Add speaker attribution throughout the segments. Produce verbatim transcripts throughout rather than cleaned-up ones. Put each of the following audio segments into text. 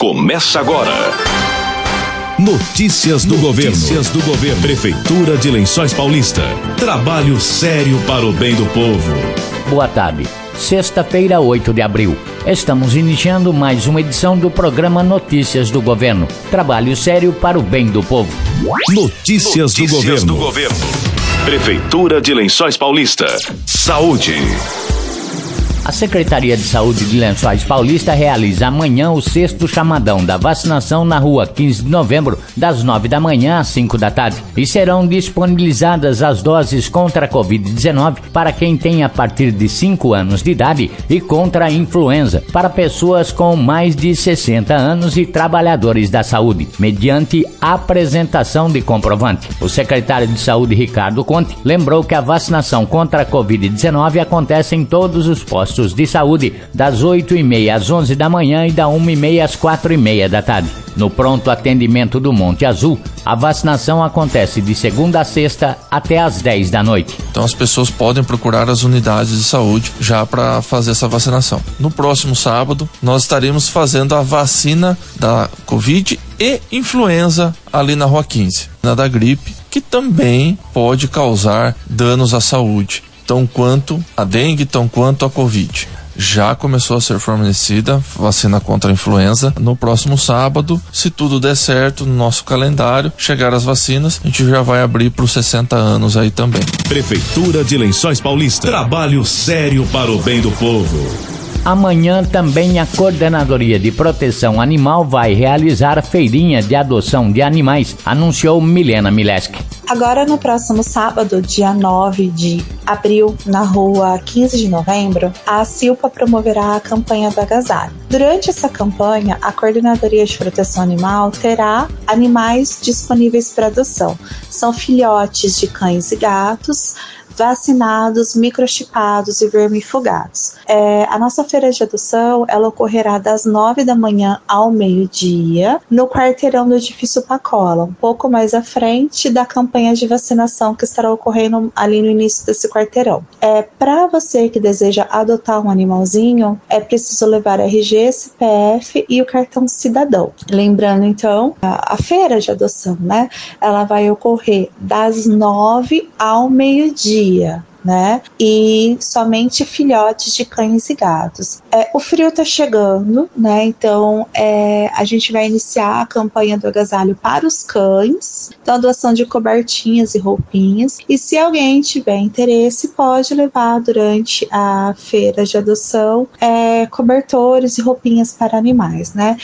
Speaker 1: começa agora.
Speaker 2: Notícias do governo. Notícias do governo. Prefeitura de Lençóis Paulista. Trabalho sério para o bem do povo.
Speaker 3: Boa tarde. Sexta-feira, oito de abril. Estamos iniciando mais uma edição do programa Notícias do Governo. Trabalho sério para o bem do povo.
Speaker 2: Notícias, Notícias do, governo. do governo.
Speaker 1: Prefeitura de Lençóis Paulista. Saúde.
Speaker 3: A Secretaria de Saúde de Lençóis Paulista realiza amanhã o sexto chamadão da vacinação na rua quinze de novembro, das nove da manhã às cinco da tarde. E serão disponibilizadas as doses contra a covid dezenove para quem tem a partir de cinco anos de idade e contra a influenza para pessoas com mais de sessenta anos e trabalhadores da saúde, mediante apresentação de comprovante. O secretário de Saúde, Ricardo Conte, lembrou que a vacinação contra a covid dezenove acontece em todos os postos de saúde, das oito e meia às onze da manhã e da uma e meia às quatro e meia da tarde. No pronto atendimento do Monte Azul, a vacinação acontece de segunda a sexta até às dez da noite.
Speaker 4: Então as pessoas podem procurar as unidades de saúde já para fazer essa vacinação. No próximo sábado, nós estaremos fazendo a vacina da Covid e influenza ali na Rua quinze, na da gripe, que também pode causar danos à saúde, tão quanto a dengue, tão quanto a Covid. Já começou a ser fornecida vacina contra a influenza. No próximo sábado, se tudo der certo no nosso calendário, chegar as vacinas, a gente já vai abrir para os sessenta anos aí também.
Speaker 2: Prefeitura de Lençóis Paulista. Trabalho sério para o bem do povo.
Speaker 3: Amanhã também a Coordenadoria de Proteção Animal vai realizar feirinha de adoção de animais, anunciou Milena Mileski.
Speaker 5: Agora no próximo sábado, dia nove de abril, na rua quinze de novembro, a Silpa promoverá a campanha do agasalho. Durante essa campanha, a Coordenadoria de Proteção Animal terá animais disponíveis para adoção. São filhotes de cães e gatos, vacinados, microchipados e vermifugados. É, a nossa feira de adoção, ela ocorrerá das nove da manhã ao meio-dia, no quarteirão do edifício Pacola, um pouco mais à frente da campanha de vacinação que estará ocorrendo ali no início desse quarteirão. É, para você que deseja adotar um animalzinho, é preciso levar R G, C P F e o cartão cidadão. Lembrando, então, a, a feira de adoção, né, ela vai ocorrer das nove ao meio-dia. Né? E somente filhotes de cães e gatos. É, o frio tá chegando, né? Então é, a gente vai iniciar a campanha do agasalho para os cães, então doação de cobertinhas e roupinhas. E se alguém tiver interesse, pode levar durante a feira de adoção é, cobertores e roupinhas para animais, né?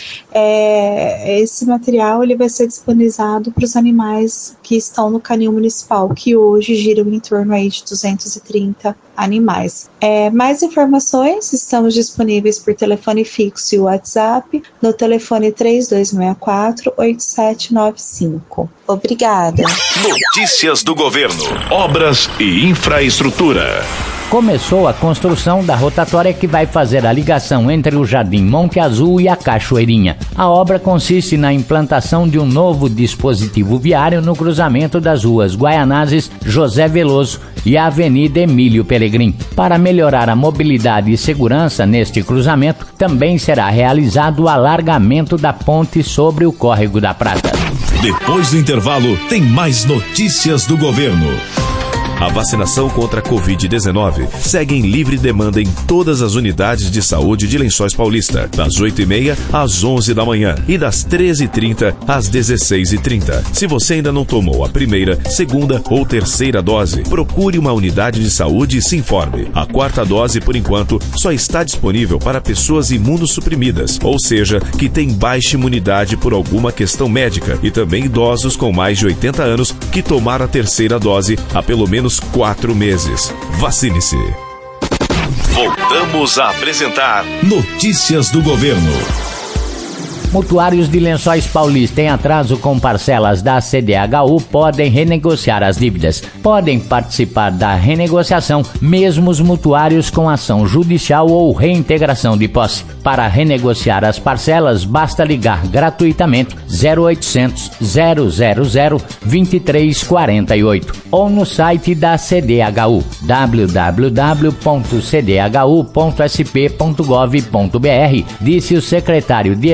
Speaker 5: É, esse material ele vai ser disponibilizado para os animais que estão no canil municipal, que hoje giram em torno aí de duzentos e trinta animais. É, mais informações, estamos disponíveis por telefone fixo e WhatsApp no telefone três dois seis quatro, oito sete nove cinco. Obrigada.
Speaker 1: Notícias do Governo. Obras e infraestrutura.
Speaker 3: Começou a construção da rotatória que vai fazer a ligação entre o Jardim Monte Azul e a Cachoeirinha. A obra consiste na implantação de um novo dispositivo viário no cruzamento das ruas Guaianazes, José Veloso e a Avenida Emílio Pelegrim. Para melhorar a mobilidade e segurança neste cruzamento, também será realizado o alargamento da ponte sobre o Córrego da Prata.
Speaker 2: Depois do intervalo, tem mais notícias do governo. A vacinação contra a covid dezenove segue em livre demanda em todas as unidades de saúde de Lençóis Paulista, das oito e meia às onze da manhã e das treze e trinta às dezesseis e trinta. Se você ainda não tomou a primeira, segunda ou terceira dose, procure uma unidade de saúde e se informe. A quarta dose, por enquanto, só está disponível para pessoas imunossuprimidas, ou seja, que têm baixa imunidade por alguma questão médica, e também idosos com mais de oitenta anos que tomaram a terceira dose há pelo menos quatro meses. Vacine-se.
Speaker 1: Voltamos a apresentar
Speaker 2: Notícias do Governo.
Speaker 3: Mutuários de Lençóis Paulista em atraso com parcelas da C D H U podem renegociar as dívidas. Podem participar da renegociação mesmo os mutuários com ação judicial ou reintegração de posse. Para renegociar as parcelas, basta ligar gratuitamente zero oitocentos, zero zero zero, vinte e três quarenta e oito ou no site da C D H U w w w ponto c d h u ponto s p ponto gov ponto b r, disse o secretário de Estado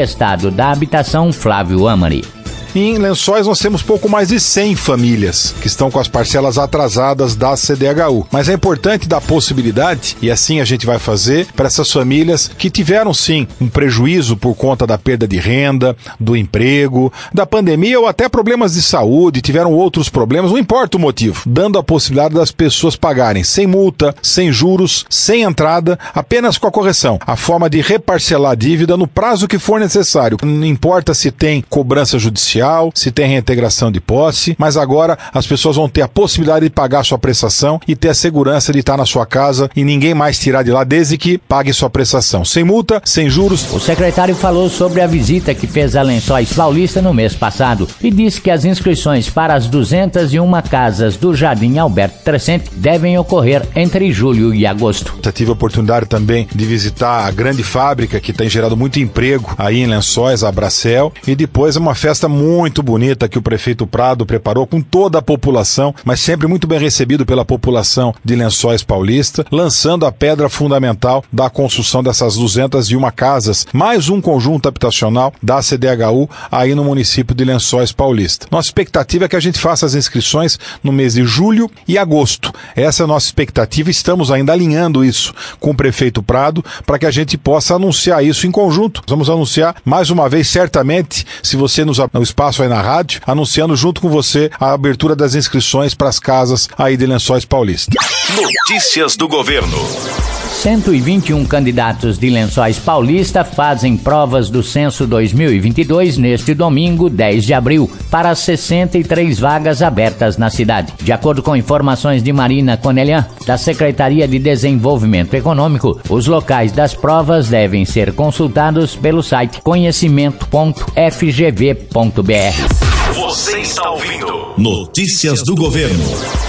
Speaker 3: delegado da Habitação, Flávio Amari.
Speaker 6: Em Lençóis nós temos pouco mais de cem famílias que estão com as parcelas atrasadas da C D H U. Mas é importante dar possibilidade, e assim a gente vai fazer, para essas famílias que tiveram sim um prejuízo por conta da perda de renda, do emprego, da pandemia ou até problemas de saúde, tiveram outros problemas, não importa o motivo, dando a possibilidade das pessoas pagarem sem multa, sem juros, sem entrada, apenas com a correção. A forma de reparcelar a dívida no prazo que for necessário. Não importa se tem cobrança judicial, se tem reintegração de posse, mas agora as pessoas vão ter a possibilidade de pagar sua prestação e ter a segurança de estar na sua casa e ninguém mais tirar de lá desde que pague sua prestação. Sem multa, sem juros.
Speaker 3: O secretário falou sobre a visita que fez a Lençóis Paulista no mês passado e disse que as inscrições para as duzentas e uma casas do Jardim Alberto Trescente devem ocorrer entre julho e agosto.
Speaker 6: Eu tive a oportunidade também de visitar a grande fábrica que tem gerado muito emprego aí em Lençóis, a Bracel, e depois uma festa muito muito bonita que o prefeito Prado preparou com toda a população, mas sempre muito bem recebido pela população de Lençóis Paulista, lançando a pedra fundamental da construção dessas duzentas e uma casas, mais um conjunto habitacional da C D H U aí no município de Lençóis Paulista. Nossa expectativa é que a gente faça as inscrições no mês de julho e agosto. Essa é a nossa expectativa, estamos ainda alinhando isso com o prefeito Prado para que a gente possa anunciar isso em conjunto. Vamos anunciar mais uma vez, certamente, se você nos no espaço aí na rádio, anunciando junto com você a abertura das inscrições para as casas aí de Lençóis Paulista.
Speaker 1: Notícias do governo.
Speaker 3: cento e vinte e um candidatos de Lençóis Paulista fazem provas do censo dois mil e vinte e dois neste domingo, dez de abril, para sessenta e três vagas abertas na cidade. De acordo com informações de Marina Conelian, da Secretaria de Desenvolvimento Econômico, os locais das provas devem ser consultados pelo site conhecimento ponto f g v ponto b r.
Speaker 1: Você está ouvindo
Speaker 2: Notícias do Governo.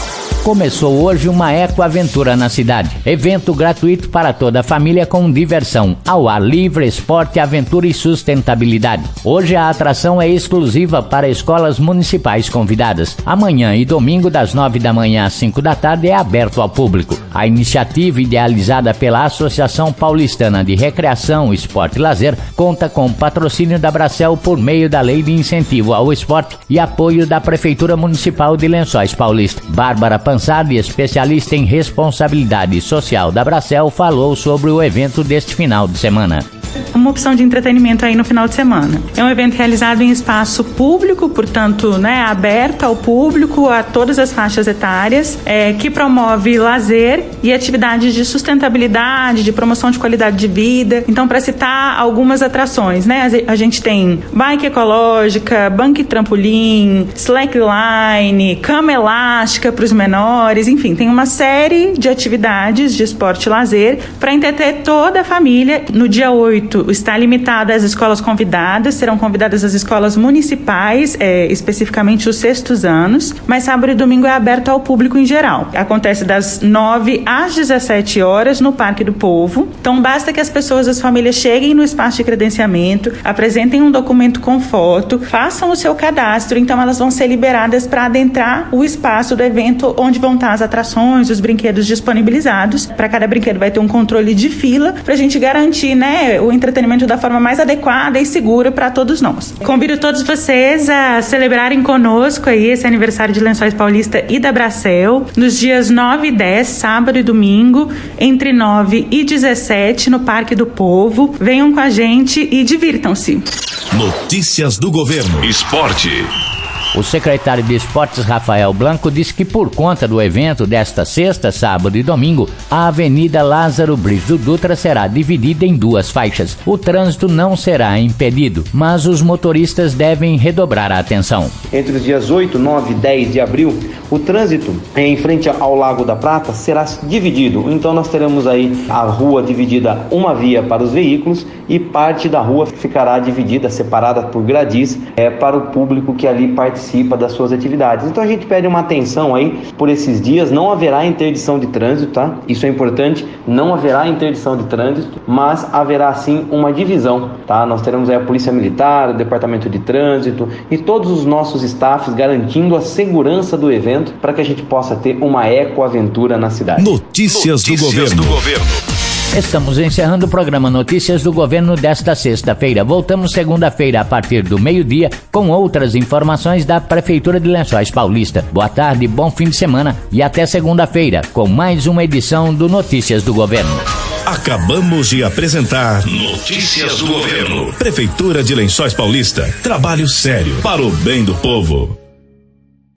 Speaker 3: Começou hoje uma ecoaventura na cidade. Evento gratuito para toda a família com diversão, ao ar livre, esporte, aventura e sustentabilidade. Hoje a atração é exclusiva para escolas municipais convidadas. Amanhã e domingo, das nove da manhã às cinco da tarde, é aberto ao público. A iniciativa, idealizada pela Associação Paulistana de Recreação, Esporte e Lazer, conta com patrocínio da Bracel por meio da Lei de Incentivo ao Esporte e apoio da Prefeitura Municipal de Lençóis Paulista. Bárbara Pansardi, especialista em responsabilidade social da Bracel, falou sobre o evento deste final de semana.
Speaker 7: Uma opção de entretenimento aí no final de semana. É um evento realizado em espaço público, portanto, né, aberto ao público, a todas as faixas etárias, é, que promove lazer e atividades de sustentabilidade, de promoção de qualidade de vida. Então, para citar algumas atrações, né, a gente tem bike ecológica, banco e trampolim, slackline, cama elástica para os menores, enfim, tem uma série de atividades de esporte e lazer para entreter toda a família. No dia oito está limitada às escolas convidadas, serão convidadas as escolas municipais, é, especificamente os sextos anos, mas sábado e domingo é aberto ao público em geral. Acontece das nove às dezessete horas no Parque do Povo, então basta que as pessoas, as famílias cheguem no espaço de credenciamento, apresentem um documento com foto, façam o seu cadastro, então elas vão ser liberadas para adentrar o espaço do evento onde vão estar as atrações, os brinquedos disponibilizados. Para cada brinquedo vai ter um controle de fila para a gente garantir, né, o entretenimento da forma mais adequada e segura para todos nós. Convido todos vocês a celebrarem conosco aí esse aniversário de Lençóis Paulista e da Bracel nos dias nove e dez, sábado e domingo, entre nove e dezessete no Parque do Povo. Venham com a gente e divirtam-se.
Speaker 2: Notícias do Governo.
Speaker 1: Esporte.
Speaker 3: O secretário de Esportes, Rafael Blanco, disse que por conta do evento desta sexta, sábado e domingo, a Avenida Lázaro Brígido Dutra será dividida em duas faixas. O trânsito não será impedido, mas os motoristas devem redobrar a atenção.
Speaker 8: Entre os dias oito, nove e dez de abril, o trânsito em frente ao Lago da Prata será dividido. Então nós teremos aí a rua dividida uma via para os veículos e parte da rua ficará dividida, separada por gradis, é, para o público que ali participa das suas atividades. Então a gente pede uma atenção aí por esses dias. Não haverá interdição de trânsito, tá? Isso é importante, não haverá interdição de trânsito, mas haverá sim uma divisão, tá? Nós teremos aí a Polícia Militar, o Departamento de Trânsito e todos os nossos staffs garantindo a segurança do evento para que a gente possa ter uma ecoaventura na cidade.
Speaker 2: Notícias, Notícias do Governo.
Speaker 1: Do governo.
Speaker 3: Estamos encerrando o programa Notícias do Governo desta sexta-feira. Voltamos segunda-feira a partir do meio-dia com outras informações da Prefeitura de Lençóis Paulista. Boa tarde, bom fim de semana e até segunda-feira com mais uma edição do Notícias do Governo.
Speaker 2: Acabamos de apresentar Notícias do Governo. Prefeitura de Lençóis Paulista. Trabalho sério para o bem do povo.